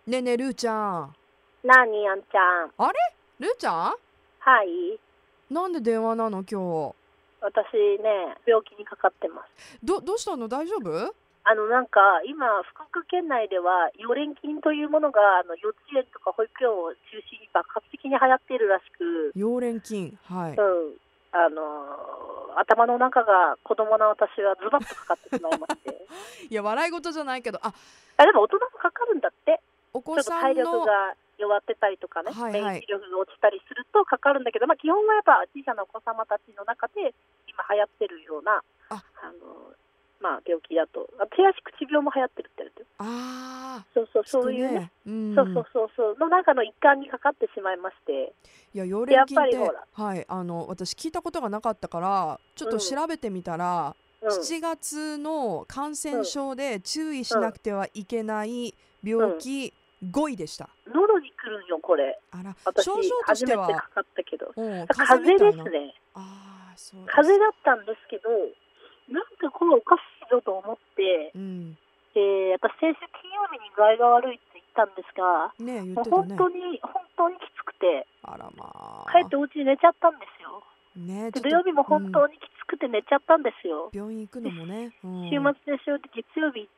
ねえねえ、ルーちゃん。 なに、あんちゃん。 あれルーちゃん、 はい。 なんで電話なの今私ね、病気にかかってます。 日。どうしたの、大丈夫？ なんか、今、福岡県内では、溶連菌というものが、幼稚園とか保育園を中心に爆発的に流行っているらしく、 溶連菌。はい。 うん。頭の中が子供の私はズバッとかかってしまいまして。 いや、笑い事じゃないけど、 でも大人もかかるんだって。 お子ちょっと体さんの。 力が弱ってたりとかね、免疫はいはい。 力が落ちたりするとかかるんだけど、基本はやっぱ小さなお子様たちの中で今流行ってるようなあ、 病気だと、手足口病も流行ってるって言ってる。 あそういうね、 聞くね。うん。 の中の一環にかかってしまいまして、 いや、溶でやっ連菌って、 ぱりほら、 はい、私聞いたことがなかったから、ちょっとうん調べてみたら、 うん 7月の感染うん症で注意しうんなくてはいけないうん、 病気5位でした。 喉に来るんよこれ。 あら、 私症状とし初ては、 めてかかったけど、 うん、風風邪みたいな。 邪ですね。 ああ、そうですか。 風邪だったんですけど、なんかこれおかしいぞと思って、 うん。 私先週金曜日に具合が悪いって言ったんですが、 ねえ、言っもうてたね。 本当にきつくて、 あらまあ。 帰ってお家に寝ちゃったんですよ。 ねえ、 で、 ちょっと、 土曜日も本うん。 当にきつくて寝ちゃったんですよ。 病院行くで、 のもね。う週ん。 末でしょって月曜日行って、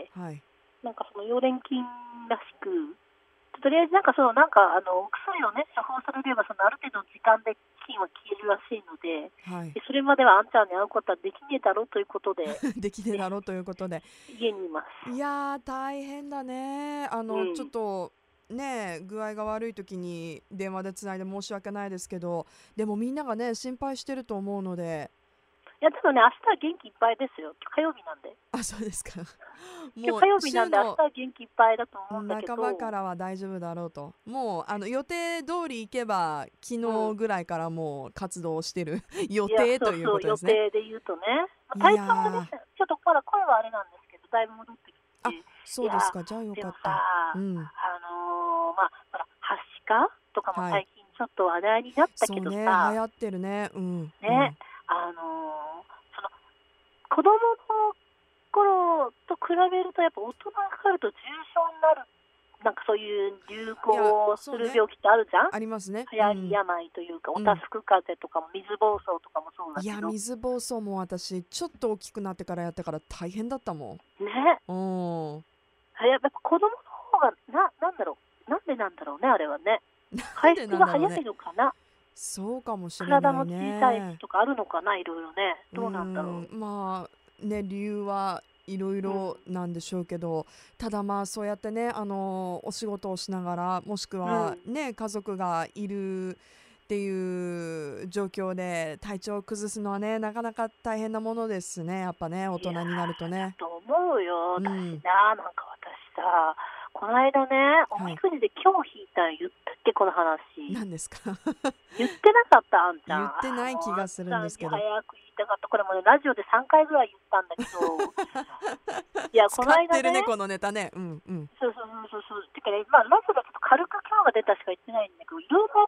はい。 なんかその溶連菌らしく、とりあえずお薬をね、処方されれば、ある程度の時間で菌は消えるらしいので、 はい。 それまではあんちゃんに会うことはできねえだろうということで、 できねえね、 だろうということで。 家にいます。 いやー、大変だね。ちょっうん。 と、ねえ、具合が悪い時に電話でつないで申し訳ないですけど、でもみんながね、心配してると思うので。 いや、でもね、明日は元気いっぱいですよ。火曜日なんで。 あ、そうですか。 今日もう火曜日なんで、明週の日は元気いっぱいだと思うんだけ半ばかど、 らは大丈夫だろうと。もう予定通り行けば昨うん。 日ぐらいからもう活動してる予いや、 定という予ことですね。 定で言うとね、 い体調がね、 やー、 ちょっとまだ声はあれなんですけど、だいぶ戻ってきあ、 て、いや、 そうですか。じゃあよでもかった。うさ、 ん。 ほら、はしかとかもはい。 最近ちょっと話題になったけそうね、流どさ、 行ってるね。うんうね、 ん。 その子供の頃と比べると、やっぱ大人がかかると重症になる、なんかそういう流いや、 行すそうね。 る病気ってあるじゃん。 ありますね。 流行りうん。 病というか、おたうん。 ふく風邪とかも水疱瘡とかもそうだいや、 けど、 水疱瘡も私、ちょっと大きくなってからやったから大変だったもね、 ん。うん。 やっぱ子供の方がなんだろう、なんでなんだろうね、あれはね。 なんで回復が早なんだろうね。 いのかな。 そうかもしれない体も小さいね。 とかあるのかな、いろいろね。 うーどうなんだろん、まあね、理由はいろいう。うんろなんでしょうけど、ただまあそうやってね、お仕事をしながら、もしくはうん。 ね、家族がいるっていう状況で体調を崩すのはね、なかなか大変なものですね。やっぱね、大いや人になるとー、だね。 と思うよ。だしうん。 な、なんか私さ、この間ね、おみはい。 くじで今日引いたん言ったっけ、この話。 何ですか？ 言ってなかった、あんちゃん。 言ってないもう、あん気がするちゃんにんですけど。 早く言いたかった。これもね、ラジオで3回ぐらい言ったんだけど、いや、この使ってるね、 間ね、 このネタね。うんうん。 てかね、ラジオでちょっと軽く今日が出たしか言ってないんだけど、いろいろあって、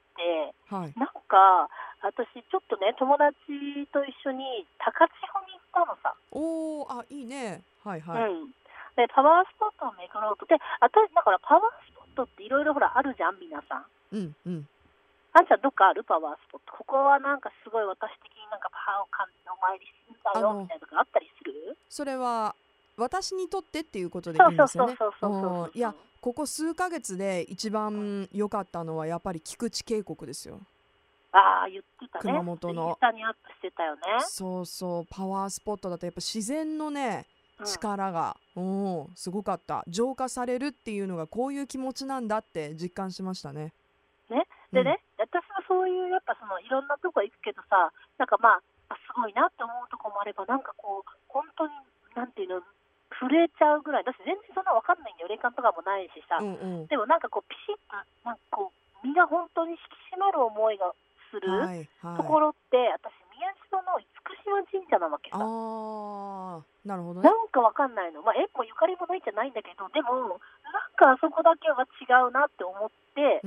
はい。 なんか、私ちょっとね、友達と一緒に高千穂に行ったのさ。 おー、あ、いいね。はいはい。 うん。で、パワースポットを巡ろうと。で、だからパワースポットっていろいろほらあるじゃん、皆さん。 うんうん。 あんちゃんどっかあるパワースポット。ここはなんかすごい私的になんかパワーを感じてお参りするんだよ、みあの、 たいなのがあったりする？ それは私にとってっていうことでそういいんですよね。 そうそうそうそうそうそういや、 そう。 ここ数ヶ月で一うん。 番良かったのはやっぱり菊池渓谷ですよ。 ああ、言ってた熊ね。インス本の。 タにアップしてたよね。 そうそう、パワースポットだとやっぱ自然のね、 うん。 力が、すごかった。浄化されるっていうのがこういう気持ちなんだって実感しましたね。 ね。 うん。 でね、私はそういう、やっぱいろんなとこ行くけどさ、すごいなって思うとこもあれば、なんかこう、本当に、なんていうの、震えちゃうぐらい、だし全然そんなわかんないんだよ。霊感とかもないしさ。 うんうん。 でもなんかこう、ピシッと、なんかこう、身が本当に引き締まる思いがするはいはい。 ところって、私、宮代の厳島神社なわけさ。 あー、なるほどね。 なんかわかんないの。縁もゆかりもないんじゃないんだけど、でも、なんかあそこだけは違うなって思って、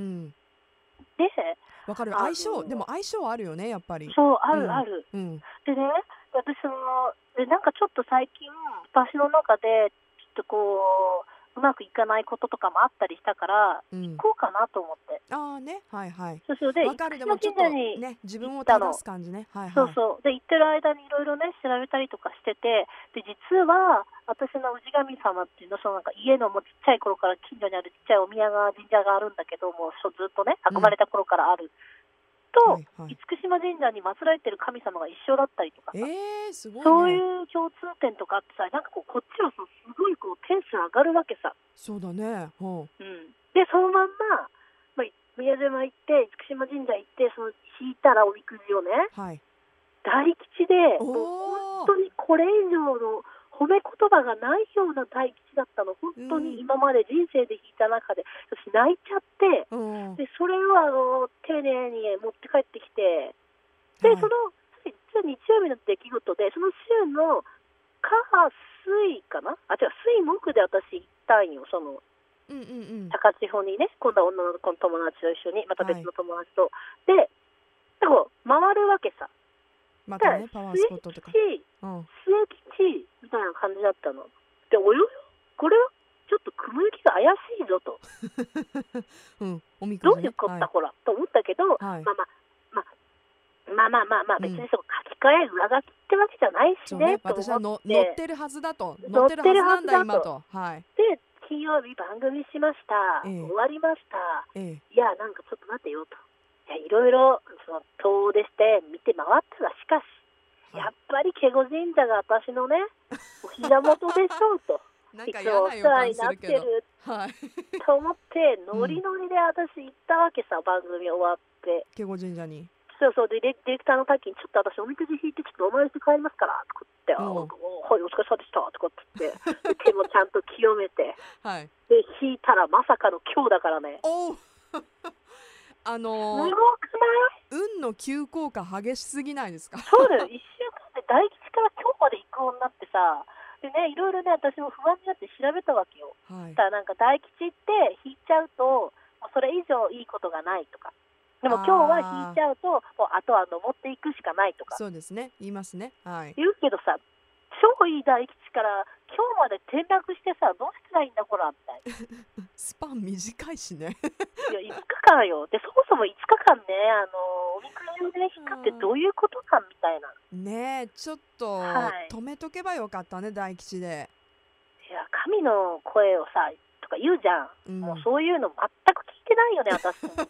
うん。 で、 わかる。 あでもの、 相性あるよね、やっぱり。 そう、あうん。 るある。 うん。 でね、なんかちょっと最近、私の中で、ちょっとこうまくいかないこととかもあったりしたから、行こうかなと思って。 ああね、はいはい。 そうで、 わかる、でもちょっとね、自分を正す感じね。はいはい。 で、行ってる間にいろいろね、調べたりとかしてて、で、実は、私の氏神様っていうの、なんか家のもうちっちゃい頃から近所にあるちっちゃいお宮川神社があるんだけど、もうずっとね、生まれた頃からある。と、厳島神社に祀られてる神様が一緒だったりとかさ、 すごいね、 そういう共通点とかあってさ、なんかこっちはさ、すごいテンション上がるわけさ。 そうだね。 で、そのまんま、宮島行って、厳島神社行って、引いたらおみくじをね、大吉で、もう本当にこれ以上の褒め言葉がないような大吉だったの。本当に今まで人生で引いた中で、私泣いちゃって、でそれを丁寧に持って帰ってきて、で、実は日曜日の出来事で、その週の火水かな、水木で私行ったんよ、高千穂にね、今度は女の子の友達と一緒に、また別の友達と。で、回るわけさ。 またね、パワースポットとか。 末吉みたいな感じだったの。で、これはちょっと雲行きが怪しいぞと。どういうことだ、ほら、と思ったけど、別に書き換え、裏書きってわけじゃないしね、と思って。 私は乗ってるはずだと。乗ってるはずなんだ、今と。 で、金曜日番組しました。終わりました。いや、なんかちょっと待てよと。いろいろ遠出して見て回ったら、しかし、やっぱり華厳神社が私のね、お膝元でしょうと。 なんか嫌な予感するけど。 と思って、ノリノリで私行ったわけさ、番組終わって。 華厳神社に。 ディレクターの時に、ちょっと私おみくじ引いて、ちょっとお参りして帰りますから、とかって、はい、お疲れ様でした、とかって言って、手もちゃんと清めて、で、引いたらまさかの今日だからね。すごくない？ 運の急降下激しすぎないですか？ そうだよ、1週間で大吉から今日まで行く女ってさ、でね、いろいろね、私も不安になって調べたわけよ。だからなんか大吉って引いちゃうと、それ以上いいことがないとか。でも今日は引いちゃうと、もうあとは登っていくしかないとか。 そうですね、言いますね。 言うけどさ、超いい大吉から今日まで転落してさ、どうしたらいいんだこらみたいな。 スパン短いしね。 いや、5日間よ。で、そもそも5日間ね、おみくじをね、引くってどういうことかみたいな。 ねえ、ちょっと止めとけばよかったね、大吉で。 いや、神の声をさ、とか言うじゃん。もうそういうの全く聞いてないよね、私と思って。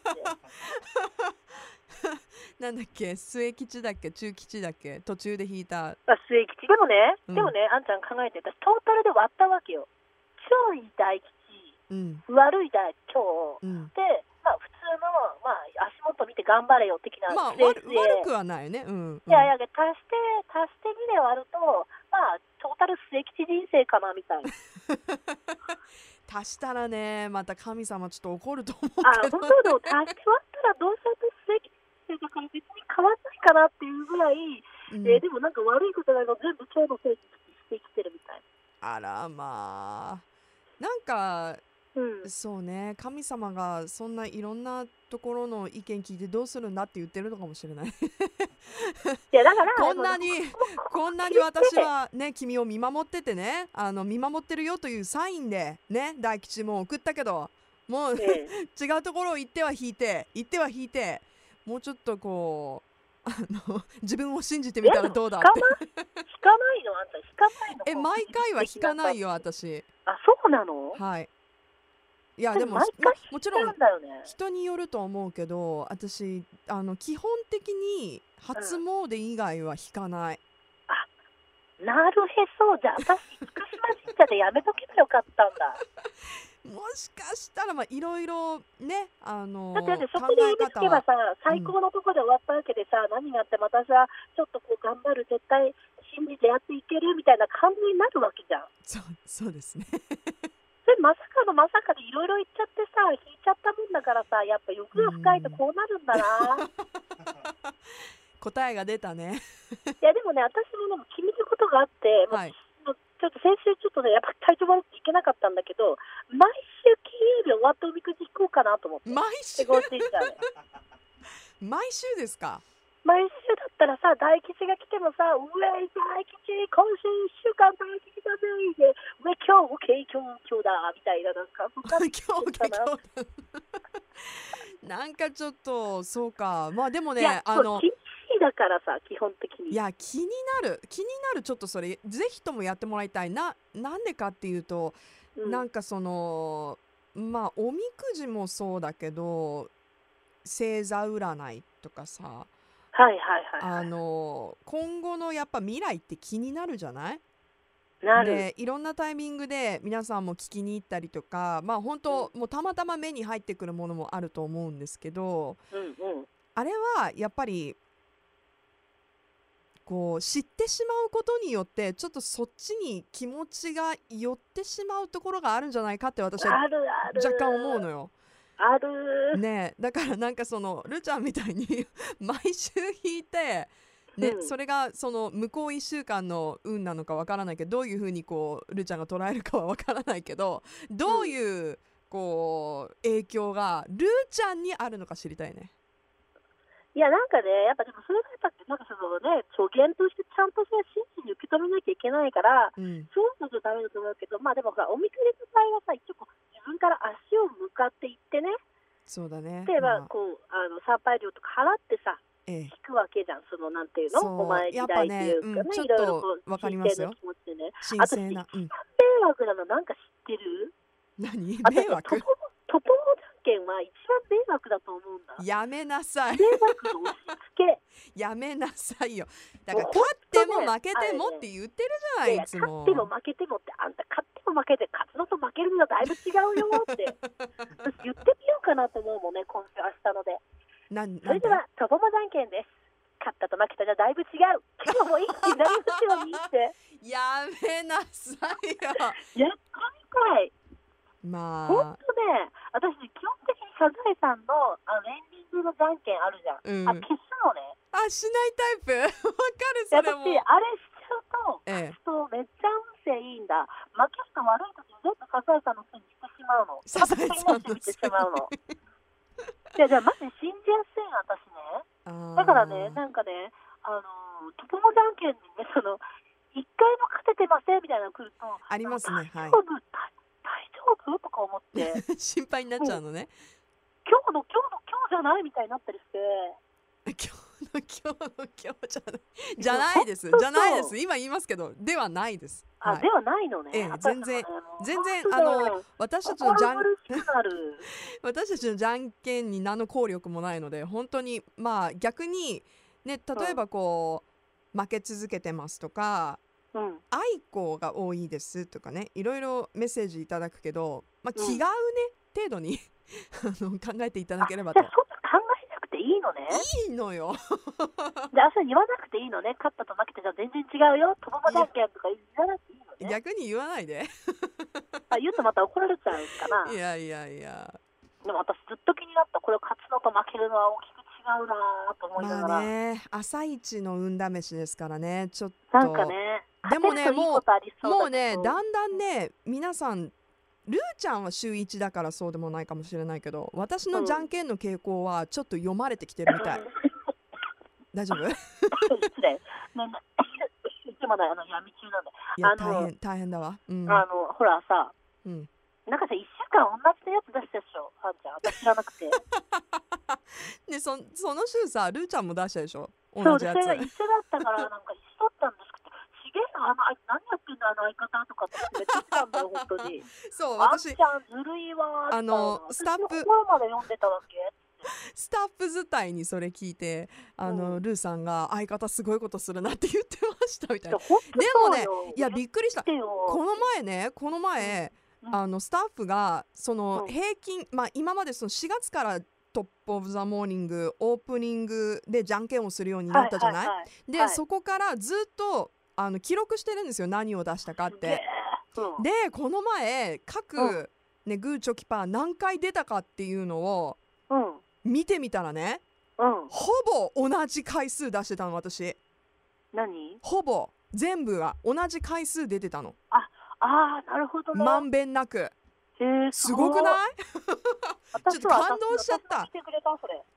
なんだっけ、末吉だっけ、中吉だっけ、途中で引いた。 末吉。でもね、あんちゃん考えて、私トータルで割ったわけよ。超いい大吉、悪い大吉、今日。で、普通の、足元見て頑張れよ的な。 悪くはないね。 いや、足して2で割ると、トータル末吉人生かな、みたいな。 足したらね、また神様ちょっと怒ると思うけど。 本当でも足して割ったらどうせ末吉人生だから別に変わんないかなっていうぐらい、でもなんか悪いことが全部今日のせいにしてきてるみたいな。あらまあ。なんか、そうね、神様がそんないろんなところの意見聞いてどうするんだって言ってるのかもしれない。いやだからこんなに私はね、君を見守っててね、見守ってるよというサインでね、大吉も送ったけど、もう、違うところを行っては引いて、もうちょっとこう自分を信じてみたらどうだって。 引かないの？あんた引かないの？ 毎回は引かないよ、私。 そうなの？ はい。いやでももちろん人によると思うけど、私基本的に初詣以外は引かない。 なるへそ。じゃあ私厳島神社でやめとけばよかったんだ。 もしかしたらいろいろね、 だってそこで言いつけばさ、最高のところで終わったわけでさ、何があっても私はちょっとこう頑張る、絶対信じてやっていけるみたいな感じになるわけじゃん。 そうですね。 それまさかでいろいろ言っちゃってさ、引いちゃったもんだからさ、やっぱ欲が深いとこうなるんだな。 答えが出たね。 いやでもね、私もね、決めることがあって、ちょっと先週ちょっとね、やっぱ体調悪くていけなかったんだけど、毎週金曜日終わっておみくじ引こうかなと思って。 毎週毎週ですか？ 毎週だっったらさ、大吉が来てもさ、うえい大吉、今週1週間大吉だぜで、今日、今日だみたいな、なんか、 今日なんかちょっとそうか。まあでもいや、 ね、 そう、禁止だからさ、基本的に。 いや気になるちょっとそれぜひともやってもらいたいなんでかっていうと、なんかそのまあおみくじもそうだけど星座占いとかさ、 はいはいはい。 今後のやっぱ未来って気になるじゃない？ なる。 でいろんなタイミングで皆さんも聞きに行ったりとか、まあ本当もうたまたま目に入ってくるものもあると思うんですけど、あれはやっぱりこう知ってしまうことによってちょっとそっちに気持ちが寄ってしまうところがあるんじゃないかって私はあるある。 若干思うのよ。 ある。 ねえ、だからなんかそのルちゃんみたいに毎週引いて、ね、それがその向こう1週間の運なのかわからないけど、どういうふうにこうルちゃんが捉えるかはわからないけど、どういうこう影響がルちゃんにあるのか知りたいね。 いや、なんかね、やっぱでもそれがやっぱなんかそのね、助言としてちゃんと真摯に受け止めなきゃいけないから、そういうのじゃダメだと思うけど、まあでもさ、おみくじの場合はさ、一応こう自分から足を向かっていってね、 そうだね。 例えばこう参拝料とか払ってさ、 引くわけじゃん、そのなんていうの、お前時代っていうかね、 ちょっいろいろとわかりますよ。 気持ちでね。 神聖な。 迷惑なのなんか知ってる？ 何？迷惑？ トポモじゃんけんは一番迷惑だと思うんだ。 やめなさい。 迷惑の押し付け。 やめなさいよ。だから勝っても負けてもって言ってるじゃない、いつも。 勝っても負けてもって、あんた勝っても負けて、勝つのと負けるのはだいぶ違うよって。私言ってみようかなと思うもんね、今週明日ので。それでは、トポモじゃんけんです。勝ったと負けたじゃだいぶ違う。今日も一気になりますようにって。 やめなさいよ。 やってみたい。 まあ。 ほんとね、私、基本的にサザエさんのエンディングのじゃんけんあるじゃん。消すのね。 しないタイプ。わかる、それも。 私、あれしちゃうと、勝つとめっちゃ運勢いいんだ。負けると悪い時に全部サザエさんのせいにしてしまうの。 サザエさんのせい見てしまうの。じゃあマジ信じやすいの、私ね。だからね、なんかね、トポモじゃんけんにね、一回も勝ててませんみたいなのが来ると、 ありますね、はい。 大丈夫とか思って心配になっちゃうのね。 今日じゃないみたいになったりして、 今日じゃないです。じゃないです。今言いますけど、ではないです。 ではないのね。 全然私たちのじゃんけんに何の効力もないので、本当にまあ逆にね、例えばこう負け続けてますとか、愛子が多いですとかね、いろいろメッセージいただくけど、まあ気が合うね程度に考えていただければと。 そんな考えなくていいのね。 いいのよ。 じゃあ言わなくていいのね。勝ったと負けてじゃ全然違うよ。トポモじゃんけんとか言わなくていいのね。 逆に言わないで。 言うとまた怒られちゃうかな。 いや。 でも私ずっと気になった。これ勝つのと負けるのは大きく違うなと思いながら。 まあね、朝一の運試しですからね。ちょっとなんかね。 でもね、もうね、だんだんね、皆さんルーちゃんは週1だからそうでもないかもしれないけど、私のじゃんけんの傾向はちょっと読まれてきてるみたい。大丈夫？ 失礼。いつもだ闇中なんで。 大変だわ。 ほらさ、なんかさ、1週間同じやつ出したでしょ、はんちゃん。私知らなくて。 ね、その週さ、ルーちゃんも出したでしょ、 同じやつ。そう、それが一緒だったから、なんか一緒だったんですけど、すげえな、何やってんだ、相方とかってめっちゃ言ってたんだよ、本当に。 そう、私、 あんちゃんずるいわー。 スタッフ、 まで読んでたわけ。 スタッフ伝いにそれ聞いて、ルーさんが相方すごいことするなって言ってましたみたいな。でもね、いやびっくりした。この前、スタッフがその平均、まあ今までその4月からトップオブザモーニングオープニングでじゃんけんをするようになったじゃない。で、そこからずっと記録してるんですよ、何を出したかって。で、この前各ねグーチョキパー何回出たかっていうのを見てみたらね、ほぼ同じ回数出してたの、私。 何？ ほぼ全部が同じ回数出てたの。 なるほどね。 まんべんなく。すごくない？ちょっと感動しちゃった。いや、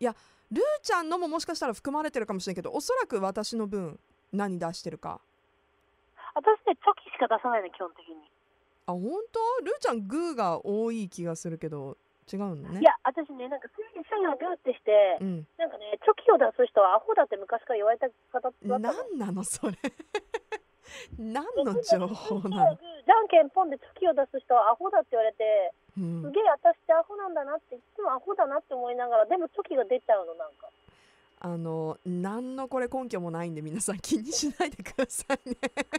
ルーちゃんのももしかしたら含まれてるかもしれないけど、おそらく私の分何出してるか。 私ね、チョキしか出さないの、基本的に。 あ、本当？ルーちゃんグーが多い気がするけど違うのね。 いや、私ね、なんかついに社員がグーってして、なんかね、チョキを出す人はアホだって昔から言われた方だったの。 何なのそれ何の情報なの？ じゃんけんポンでチョキを出す人はアホだって言われて、すげえ私ってアホなんだなって、いつもアホだなって思いながら、でもチョキが出ちゃうの、なんか。 何のこれ根拠もないんで皆さん気にしないでくださいね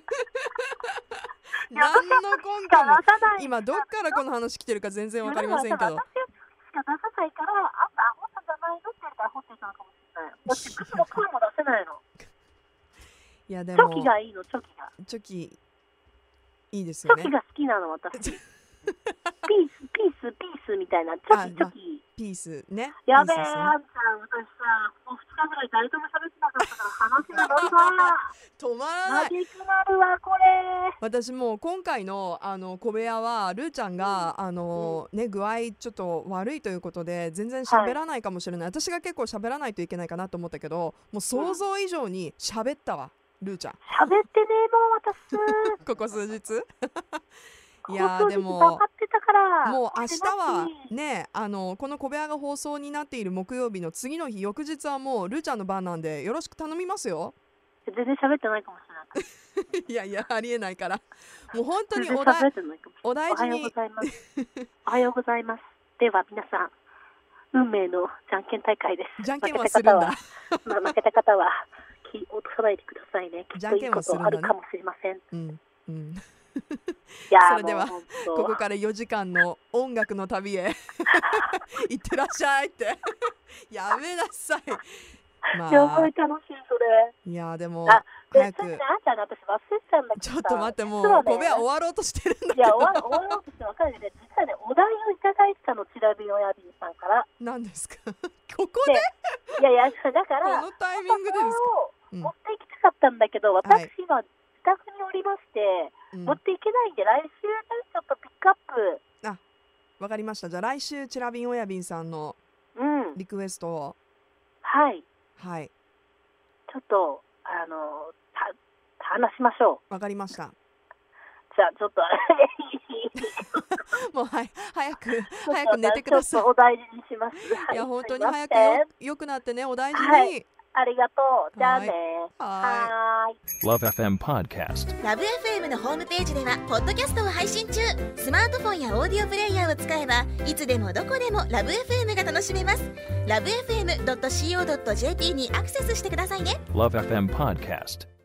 何の根拠も、今どっからこの話来てるか全然わかりませんけど、 私しか出さないから、あんたアホなんじゃないのって言ったらアホって言ったのかもしれない。私いつも声も出せないの。 いやでもチョキがいいの、チョキが。 チョキいいですよね。 チョキが好きなの、私。ピースみたいな、チョキ。 ピースね。 やべえ、あんちゃん、私さ、もう2日ぐらい誰とも喋ってなかったから話が乗るわ。 止まらない。 嘆くなるわ、これ。 私も今回の小部屋はルーちゃんがね、具合ちょっと悪いということで全然喋らないかもしれない。私が結構喋らないといけないかなと思ったけど、もう想像以上に喋ったわ、ルーちゃん。 喋ってねえもん、私。 ここ数日いやでももう明日はね、この小部屋が放送になっている木曜日の次の日、翌日はもうルーちゃんの番なんでよろしく頼みますよ。 全然喋ってないかもしれない。 いやいや、ありえないから。もう本当にお大事に。 おはようございます。おはようございます。では皆さん、運命のじゃんけん大会です。 じゃんけんはするんだ。 負けた方は気を落とさないでくださいね。きっといいことあるかもしれません。 それではここから4時間の音楽の旅へ行ってらっしゃいってやめなさい。 やばい、楽しいそれ。 いやでも早く。あんちゃん、私忘れてたんだけど、 ちょっと待って、もう小部屋終わろうとしてるんだけど。 いや、終わろうとして分かるけど、実はね、お題をいただいてたの、チラビオヤビンさんから。 何ですかここで。 いやだからこのタイミングでですか。 持っていきたかったんだけど、私今自宅におりまして、持っていけないんで、来週ちょっとピックアップ。 あ、わかりました。じゃあ来週チラビンおやびんさんのリクエストを、 はいちょっと話しましょう。わかりました。 じゃあちょっともう早く寝てください。 ちょっとお大事にします。 いや本当に早く良くなってね、お大事に。 ありがとう。じゃあね。 はい。 Love FM Podcast。 Love FM のホームページではポッドキャストを配信中。スマートフォンやオーディオプレイヤーを使えばいつでもどこでも Love FM が楽しめます。LoveFM.co.jp にアクセスしてくださいね。 Love FM Podcast。